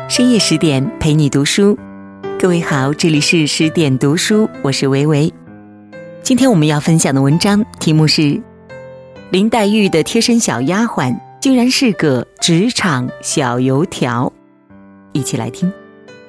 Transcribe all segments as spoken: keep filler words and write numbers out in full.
深夜十点陪你读书。各位好，这里是十点读书，我是维维。今天我们要分享的文章题目是林黛玉的贴身小丫鬟竟然是个职场小油条。一起来听。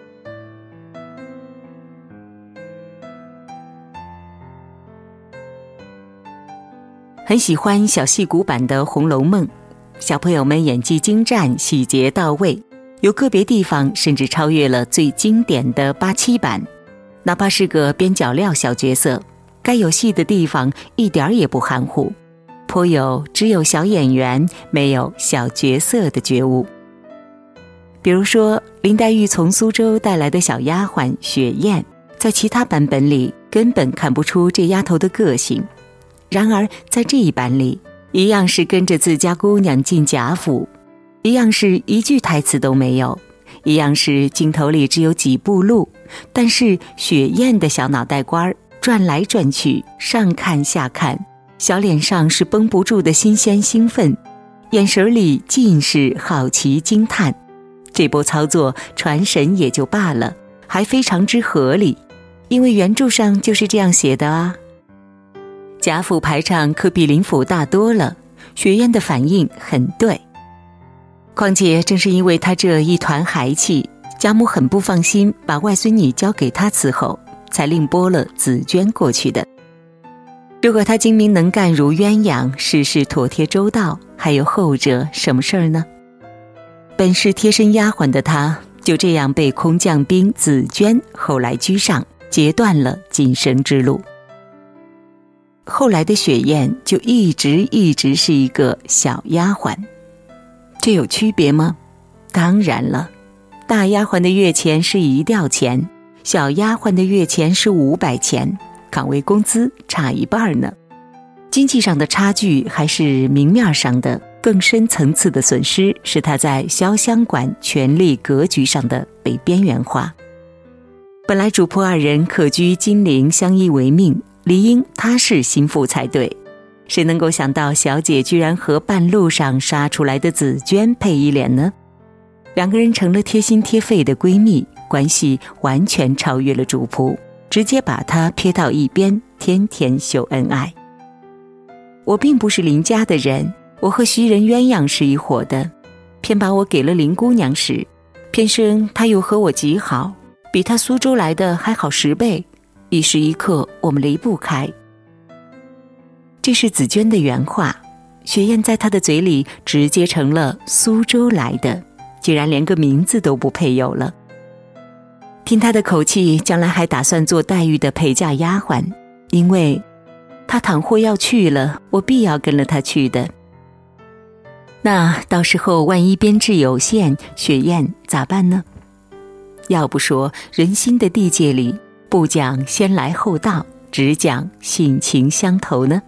很喜欢小戏骨版的《红楼梦》，小朋友们演技精湛，细节到位，有个别地方甚至超越了最经典的八七版。哪怕是个边角料小角色，该有戏的地方一点也不含糊，颇有只有小演员没有小角色的觉悟。比如说林黛玉从苏州带来的小丫鬟雪雁，在其他版本里根本看不出这丫头的个性，然而在这一版里，一样是跟着自家姑娘进贾府，一样是一句台词都没有，一样是镜头里只有几步路，但是雪雁的小脑袋瓜转来转去，上看下看，小脸上是绷不住的新鲜兴奋，眼神里尽是好奇惊叹。这波操作传神也就罢了，还非常之合理，因为原著上就是这样写的啊。贾府排场可比林府大多了，雪雁的反应很对。况且正是因为她这一团孩气，贾母很不放心把外孙女交给她伺候，才另拨了紫娟过去的。如果她精明能干如鸳鸯，事事妥帖周到，还有后者什么事儿呢？本是贴身丫鬟的她，就这样被空降兵紫娟后来居上，截断了晋升之路。后来的雪雁就一直一直是一个小丫鬟，这有区别吗？当然了，大丫鬟的月钱是一吊钱，小丫鬟的月钱是五百钱，岗位工资差一半呢。经济上的差距还是明面上的，更深层次的损失是她在潇湘馆权力格局上的被边缘化。本来主仆二人可居金陵相依为命，理应她是心腹才对，谁能够想到小姐居然和半路上杀出来的紫娟配一脸呢？两个人成了贴心贴肺的闺蜜，关系完全超越了主仆，直接把她撇到一边，天天秀恩爱。我并不是林家的人，我和袭人鸳鸯是一伙的，偏把我给了林姑娘时，偏生她又和我极好，比她苏州来的还好十倍，一时一刻我们离不开。这是紫娟的原话，雪雁在她的嘴里直接成了苏州来的，竟然连个名字都不配有了。听她的口气，将来还打算做黛玉的陪嫁丫鬟，因为她倘或要去了，我必要跟了她去的。那到时候万一编制有限，雪雁咋办呢？要不说人心的地界里，不讲先来后到，只讲性情相投呢。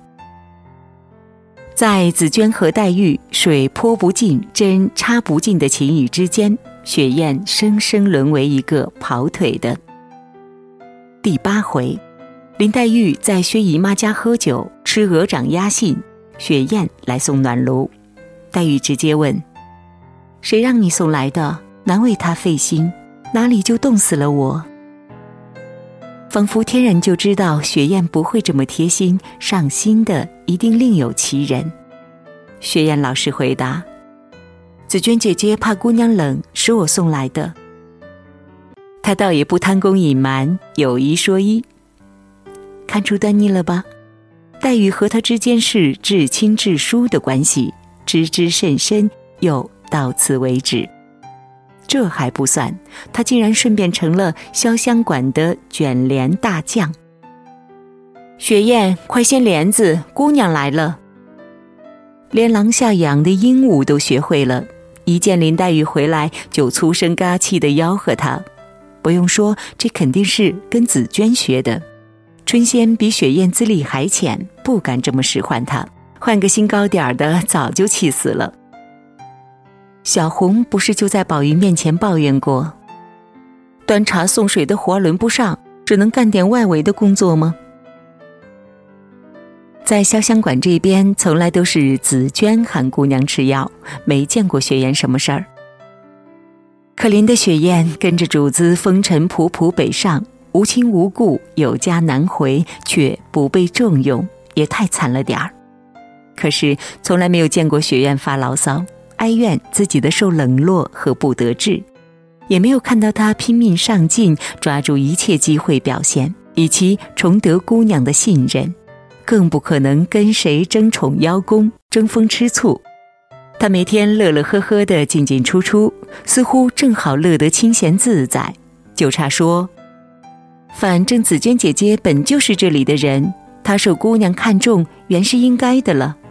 在紫娟和黛玉水泼不进针插不进的情谊之间，雪雁生生沦为一个跑腿的。第八回，林黛玉在薛姨妈家喝酒，吃鹅掌鸭信，雪雁来送暖炉。黛玉直接问：谁让你送来的？难为她费心，哪里就冻死了我？仿佛天然就知道雪雁不会这么贴心，上心的一定另有其人。雪雁老实回答：紫娟姐姐怕姑娘冷，使我送来的。她倒也不贪功隐瞒，有一说一。看出端倪了吧？黛玉和她之间是至亲至疏的关系，知之甚深，又到此为止。这还不算，她竟然顺便成了潇湘馆的卷帘大将。雪雁，快掀帘子，姑娘来了。连廊下养的鹦鹉都学会了，一见林黛玉回来就粗声嘎气地吆喝她。不用说，这肯定是跟紫娟学的。春仙比雪雁资历还浅，不敢这么使唤她，换个心高点的早就气死了。小红不是就在宝玉面前抱怨过，端茶送水的活轮不上，只能干点外围的工作吗？在潇湘馆这边，从来都是紫娟喊姑娘吃药，没见过雪雁什么事儿。 可怜的雪雁跟着主子风尘仆仆北上，无亲无故，有家难回，却不被重用，也太惨了点儿。可是从来没有见过雪雁发牢骚，哀怨自己的受冷落和不得志，也没有看到她拼命上进，抓住一切机会表现，以其重得姑娘的信任，更不可能跟谁争宠邀功，争风吃醋。她每天乐乐呵呵地进进出出，似乎正好乐得清闲自在，就差说反正紫鹃姐姐本就是这里的人，她受姑娘看重原是应该的了。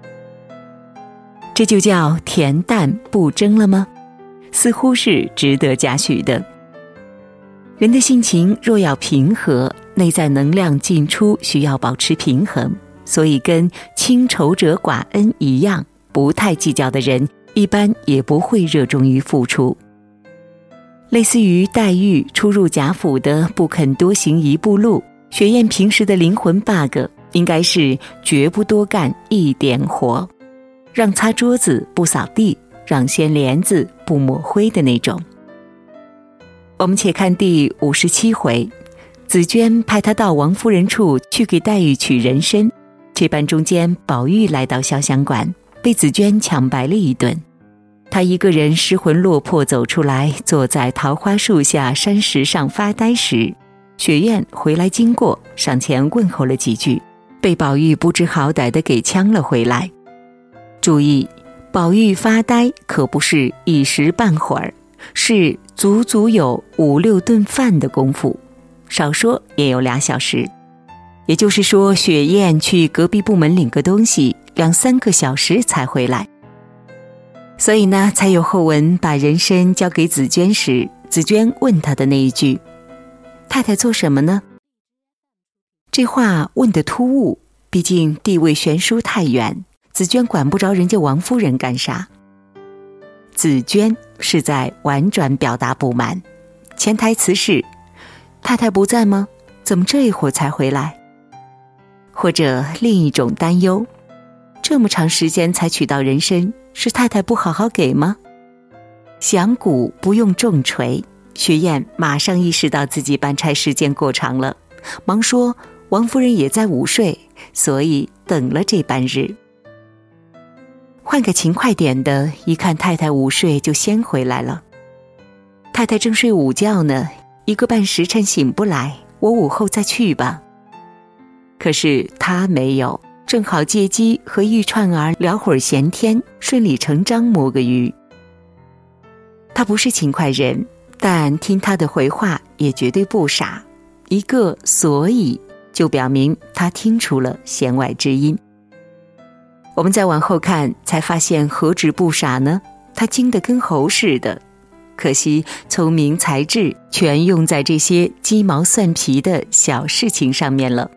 这就叫恬淡不争了吗？似乎是值得嘉许的。人的性情若要平和，内在能量进出需要保持平衡，所以跟轻仇者寡恩一样，不太计较的人一般也不会热衷于付出。类似于黛玉初入贾府的不肯多行一步路，雪雁平时的灵魂 bug 应该是绝不多干一点活，让擦桌子不扫地，让掀帘子不抹灰的那种。我们且看第五十七回，紫鹃派她到王夫人处去给黛玉取人参，这般中间宝玉来到潇湘馆，被紫鹃抢白了一顿。她一个人失魂落魄走出来，坐在桃花树下山石上发呆时，雪雁回来经过，上前问候了几句，被宝玉不知好歹地给呛了回来。注意，宝玉发呆可不是一时半会儿，是足足有五六顿饭的功夫，少说也有俩小时。也就是说，雪雁去隔壁部门领个东西，两三个小时才回来。所以呢，才有后文把人参交给紫鹃时，紫鹃问他的那一句：“太太做什么呢？”这话问得突兀，毕竟地位悬殊太远，紫鹃管不着人家王夫人干啥。紫鹃是在婉转表达不满，潜台词是：“太太不在吗？怎么这一会儿才回来？”或者另一种担忧，这么长时间才取到人参，是太太不好好给吗？响鼓不用重锤，雪雁马上意识到自己办差时间过长了，忙说王夫人也在午睡，所以等了这半日。换个勤快点的，一看太太午睡就先回来了。太太正睡午觉呢，一个半时辰醒不来，我午后再去吧。可是他没有，正好借机和玉钏儿聊会儿闲天，顺理成章摸个鱼。他不是勤快人，但听他的回话也绝对不傻，一个所以就表明他听出了弦外之音。我们再往后看，才发现何止不傻呢，他精得跟猴似的。可惜聪明才智全用在这些鸡毛蒜皮的小事情上面了。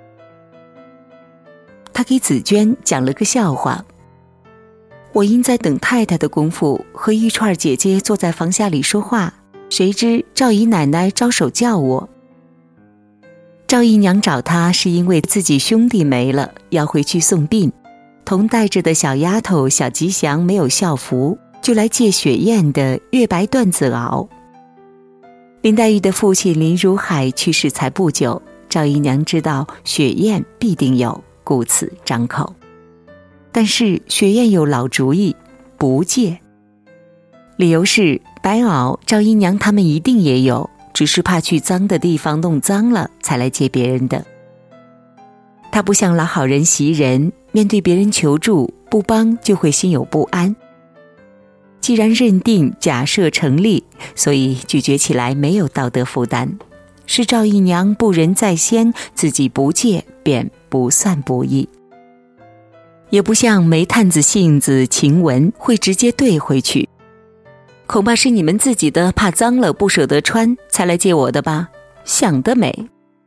他给紫鹃讲了个笑话：我因在等太太的功夫，和玉钏姐姐坐在房下里说话，谁知赵姨奶奶招手叫我。赵姨娘找她是因为自己兄弟没了，要回去送殡，同带着的小丫头小吉祥没有校服，就来借雪雁的月白缎子袄。林黛玉的父亲林如海去世才不久，赵姨娘知道雪雁必定有，故此张口。但是雪雁有老主意，不借。理由是白袄赵姨娘他们一定也有，只是怕去脏的地方弄脏了，才来借别人的。他不像老好人袭人，面对别人求助，不帮就会心有不安。既然认定假设成立，所以拒绝起来没有道德负担。是赵姨娘不仁在先，自己不借便不算不义。也不像煤炭子性子晴雯会直接兑回去，恐怕是你们自己的怕脏了不舍得穿才来借我的吧，想得美。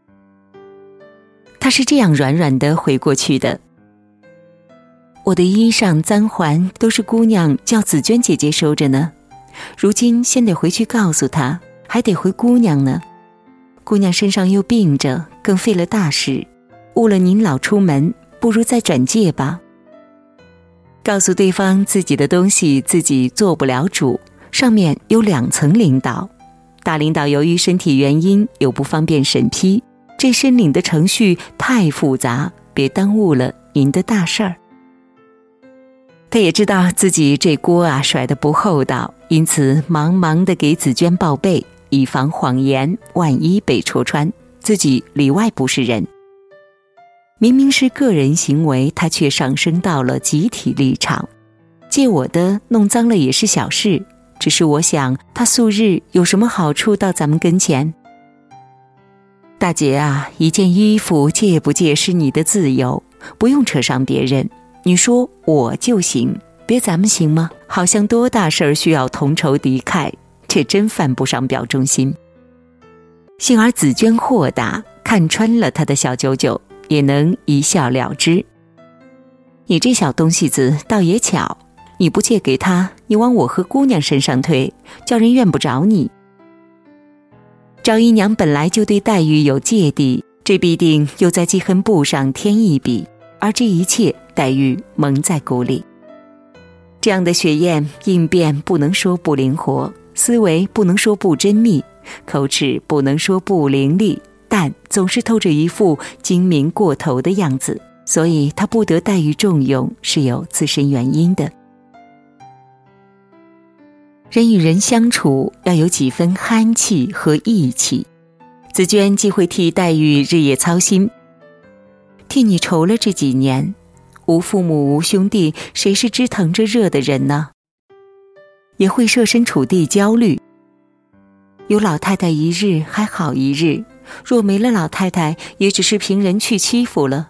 他是这样软软的回过去的：我的衣裳簪环都是姑娘叫紫鹃姐姐收着呢，如今先得回去告诉她，还得回姑娘呢。姑娘身上又病着，更费了大事，误了您老出门，不如再转借吧。告诉对方自己的东西自己做不了主， 上面有两层领导，大领导由于身体原因又不方便审批，这申领的程序太复杂，别耽误了您的大事儿。他也知道自己这锅啊甩得不厚道，因此忙忙地给紫娟报备，以防谎言万一被戳穿，自己里外不是人。明明是个人行为，他却上升到了集体立场。借我的弄脏了也是小事，只是我想他素日有什么好处到咱们跟前？大姐啊，一件衣服借不借是你的自由，不用扯上别人，你说我就行，别咱们行吗？好像多大事儿需要同仇敌忾，这真犯不上表忠心。幸而紫娟豁达，看穿了他的小九九，也能一笑了之。你这小东西子倒也巧，你不借给他，你往我和姑娘身上推，叫人怨不着你。赵姨娘本来就对黛玉有芥蒂，这必定又在记恨簿上添一笔，而这一切黛玉蒙在鼓里。这样的雪雁应变不能说不灵活，思维不能说不缜密，口齿不能说不伶俐，但总是透着一副精明过头的样子，所以她不得黛玉重用是有自身原因的。人与人相处要有几分憨气和义气，紫娟既会替黛玉日夜操心，替你愁了这几年，无父母无兄弟，谁是知疼着热的人呢？也会设身处地焦虑，有老太太一日还好一日，若没了老太太，也只是凭人去欺负了。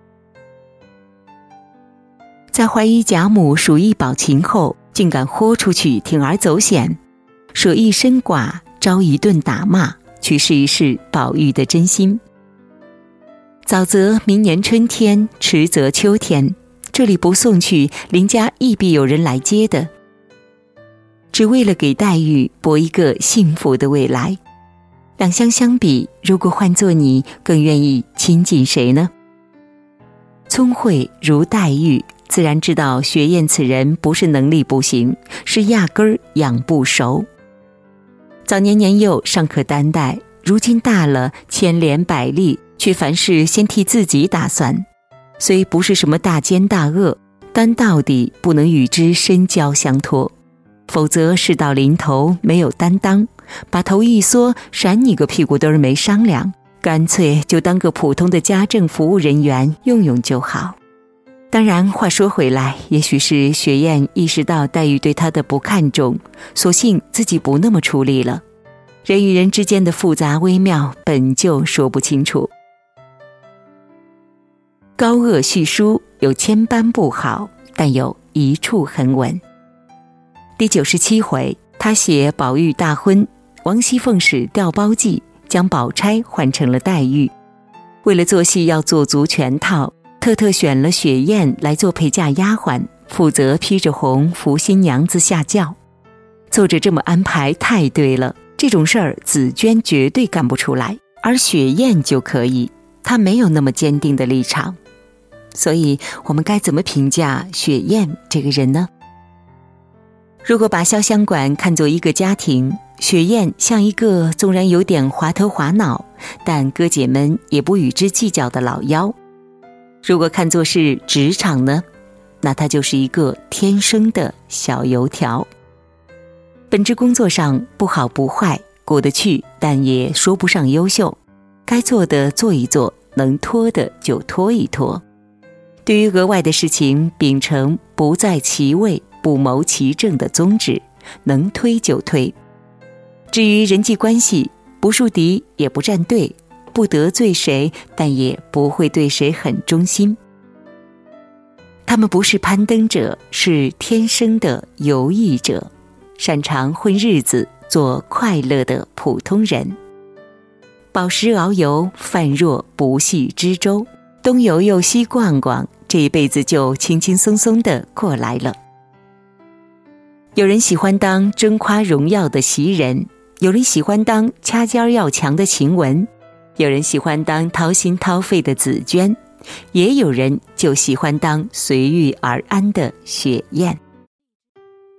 在怀疑贾母属意保琴后，竟敢豁出去铤而走险，舍一身剐，招一顿打骂，去试一试宝玉的真心。早则明年春天，迟则秋天，这里不送去，林家亦必有人来接的，只为了给黛玉博一个幸福的未来。两相相比，如果换作你，更愿意亲近谁呢？聪慧如黛玉，自然知道雪雁此人不是能力不行，是压根儿养不熟。早年年幼尚可担待，如今大了千连百历，却凡事先替自己打算，虽不是什么大奸大恶，但到底不能与之深交相托，否则事到临头没有担当，把头一缩，闪你个屁股墩儿没商量，干脆就当个普通的家政服务人员用用就好。当然话说回来，也许是雪雁意识到黛玉对她的不看重，索性自己不那么处理了。人与人之间的复杂微妙本就说不清楚。高鹗续书有千般不好，但有一处很稳。第九十七回，他写宝玉大婚，王熙凤使调包计，将宝钗换成了黛玉。为了做戏要做足全套，特特选了雪雁来做陪嫁丫鬟，负责披着红扶新娘子下轿。作者这么安排太对了，这种事儿紫娟绝对干不出来，而雪雁就可以，她没有那么坚定的立场。所以我们该怎么评价雪雁这个人呢？如果把潇湘馆看作一个家庭，雪雁像一个纵然有点滑头滑脑，但哥姐们也不与之计较的老妖。如果看作是职场呢，那他就是一个天生的小油条。本职工作上不好不坏，过得去，但也说不上优秀。该做的做一做，能拖的就拖一拖。对于额外的事情，秉承不在其位不谋其政的宗旨，能推就推。至于人际关系，不树敌也不站队，不得罪谁，但也不会对谁很忠心。他们不是攀登者，是天生的游艺者，擅长混日子，做快乐的普通人。饱食遨游，泛若不系之舟，东游游西逛逛，这一辈子就轻轻松松地过来了。有人喜欢当争夸荣耀的袭人，有人喜欢当掐尖要强的晴雯，有人喜欢当掏心掏肺的紫娟，也有人就喜欢当随遇而安的雪雁。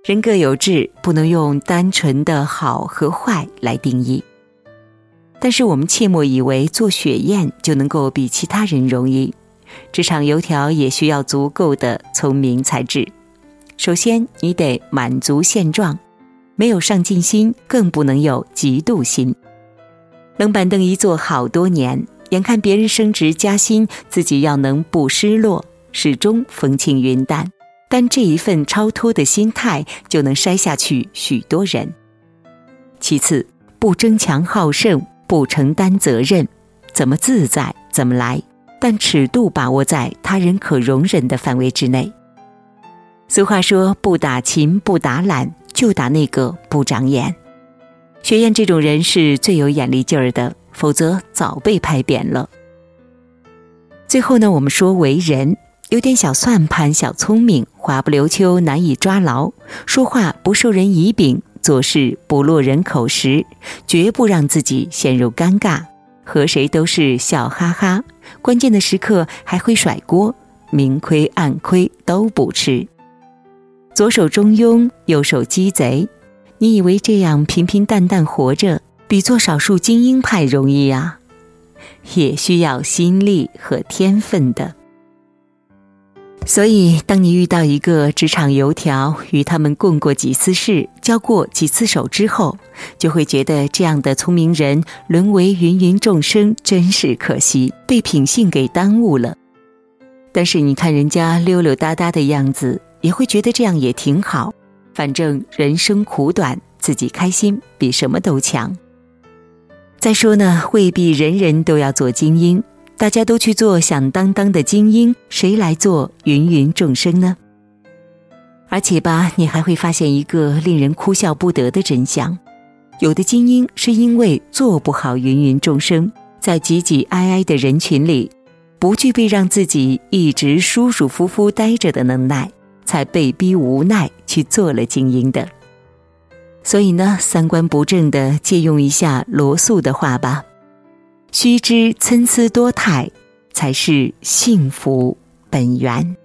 人各有志，不能用单纯的好和坏来定义。但是我们切莫以为做雪雁就能够比其他人容易，职场油条也需要足够的聪明才智。首先，你得满足现状，没有上进心，更不能有嫉妒心。冷板凳一坐好多年，眼看别人升职加薪，自己要能不失落，始终风轻云淡，但这一份超脱的心态就能筛下去许多人。其次，不争强好胜，不承担责任，怎么自在怎么来，但尺度把握在他人可容忍的范围之内。俗话说，不打勤不打懒，就打那个不长眼。雪雁这种人是最有眼力劲儿的，否则早被拍扁了。最后呢，我们说为人，有点小算盘小聪明，话不留秋难以抓牢，说话不受人乙柄，做事不落人口实，绝不让自己陷入尴尬，和谁都是笑哈哈，关键的时刻还会甩锅，明亏暗亏都不吃。左手中庸，右手鸡贼，你以为这样平平淡淡活着，比做少数精英派容易啊？也需要心力和天分的。所以当你遇到一个职场油条，与他们共过几次事，交过几次手之后，就会觉得这样的聪明人沦为芸芸众生真是可惜，被品性给耽误了。但是你看人家溜溜达达的样子，也会觉得这样也挺好，反正人生苦短，自己开心比什么都强。再说呢，未必人人都要做精英，大家都去做响当当的精英，谁来做芸芸众生呢？而且吧，你还会发现一个令人哭笑不得的真相，有的精英是因为做不好芸芸众生，在挤挤挨挨的人群里，不具备让自己一直舒舒服服待着的能耐，才被逼无奈去做了精英的。所以呢，三观不正的借用一下罗素的话吧，须知参差多态，才是幸福本源。